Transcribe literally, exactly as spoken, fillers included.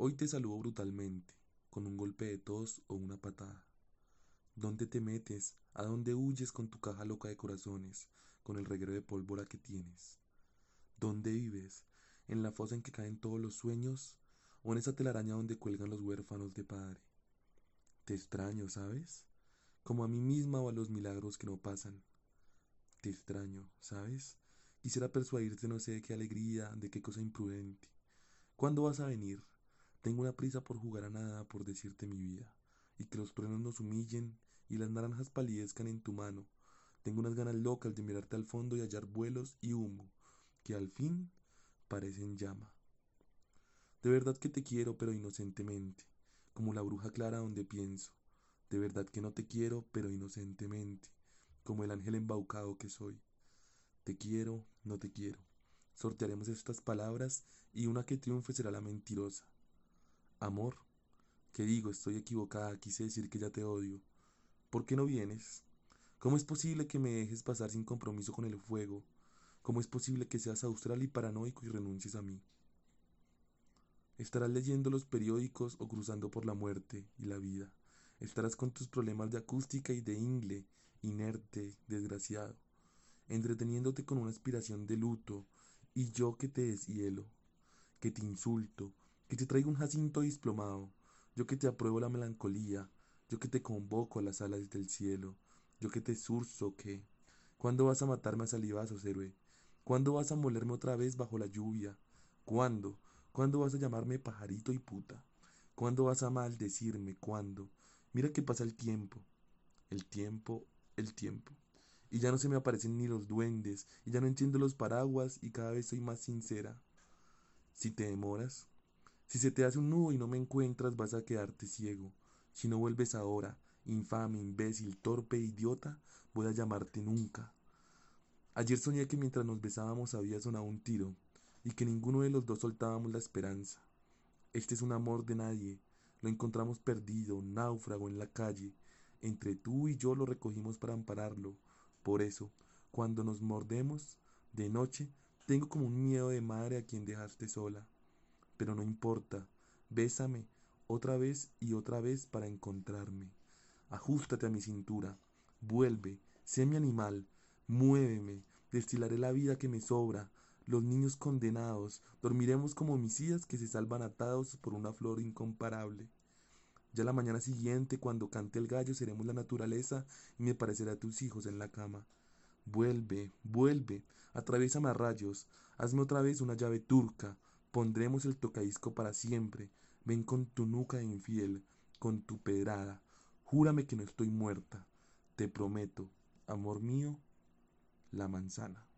Hoy te saludo brutalmente, con un golpe de tos o una patada. ¿Dónde te metes? ¿A dónde huyes con tu caja loca de corazones, con el reguero de pólvora que tienes? ¿Dónde vives? ¿En la fosa en que caen todos los sueños? ¿O en esa telaraña donde cuelgan los huérfanos de padre? Te extraño, ¿sabes? Como a mí misma o a los milagros que no pasan. Te extraño, ¿sabes? Quisiera persuadirte no sé de qué alegría, de qué cosa imprudente. ¿Cuándo vas a venir? Tengo una prisa por jugar a nada, por decirte mi vida, y que los truenos nos humillen y las naranjas palidezcan en tu mano. Tengo unas ganas locas de mirarte al fondo y hallar vuelos y humo, que al fin parecen llama. De verdad que te quiero, pero inocentemente, como la bruja clara donde pienso. De verdad que no te quiero, pero inocentemente, como el ángel embaucado que soy. Te quiero, no te quiero. Sortearemos estas palabras y una que triunfe será la mentirosa. Amor, ¿qué digo? Estoy equivocada, quise decir que ya te odio. ¿Por qué no vienes? ¿Cómo es posible que me dejes pasar sin compromiso con el fuego? ¿Cómo es posible que seas austral y paranoico y renuncies a mí? Estarás leyendo los periódicos o cruzando por la muerte y la vida. Estarás con tus problemas de acústica y de ingle, inerte, desgraciado, entreteniéndote con una aspiración de luto, y yo que te deshielo, que te insulto, que te traigo un jacinto desplomado, yo que te apruebo la melancolía, yo que te convoco a las alas del cielo, yo que te surzo que... ¿Cuándo vas a matarme a salivazos, héroe? ¿Cuándo vas a molerme otra vez bajo la lluvia? ¿Cuándo? ¿Cuándo vas a llamarme pajarito y puta? ¿Cuándo vas a maldecirme? ¿Cuándo? Mira que pasa el tiempo, el tiempo, el tiempo. Y ya no se me aparecen ni los duendes, y ya no entiendo los paraguas, y cada vez soy más sincera. Si te demoras, si se te hace un nudo y no me encuentras, vas a quedarte ciego. Si no vuelves ahora, infame, imbécil, torpe, idiota, voy a llamarte nunca. Ayer soñé que mientras nos besábamos había sonado un tiro, y que ninguno de los dos soltábamos la esperanza. Este es un amor de nadie. Lo encontramos perdido, náufrago en la calle. Entre tú y yo lo recogimos para ampararlo. Por eso, cuando nos mordemos, de noche, tengo como un miedo de madre a quien dejaste sola. Pero no importa, bésame otra vez y otra vez para encontrarme. Ajústate a mi cintura, vuelve, sé mi animal, muéveme, destilaré la vida que me sobra, los niños condenados, dormiremos como homicidas que se salvan atados por una flor incomparable. Ya la mañana siguiente, cuando cante el gallo, seremos la naturaleza y me parecerá a tus hijos en la cama. Vuelve, vuelve, atraviésame a rayos, hazme otra vez una llave turca, pondremos el tocadisco para siempre, ven con tu nuca de infiel, con tu pedrada, júrame que no estoy muerta, te prometo, amor mío, la manzana.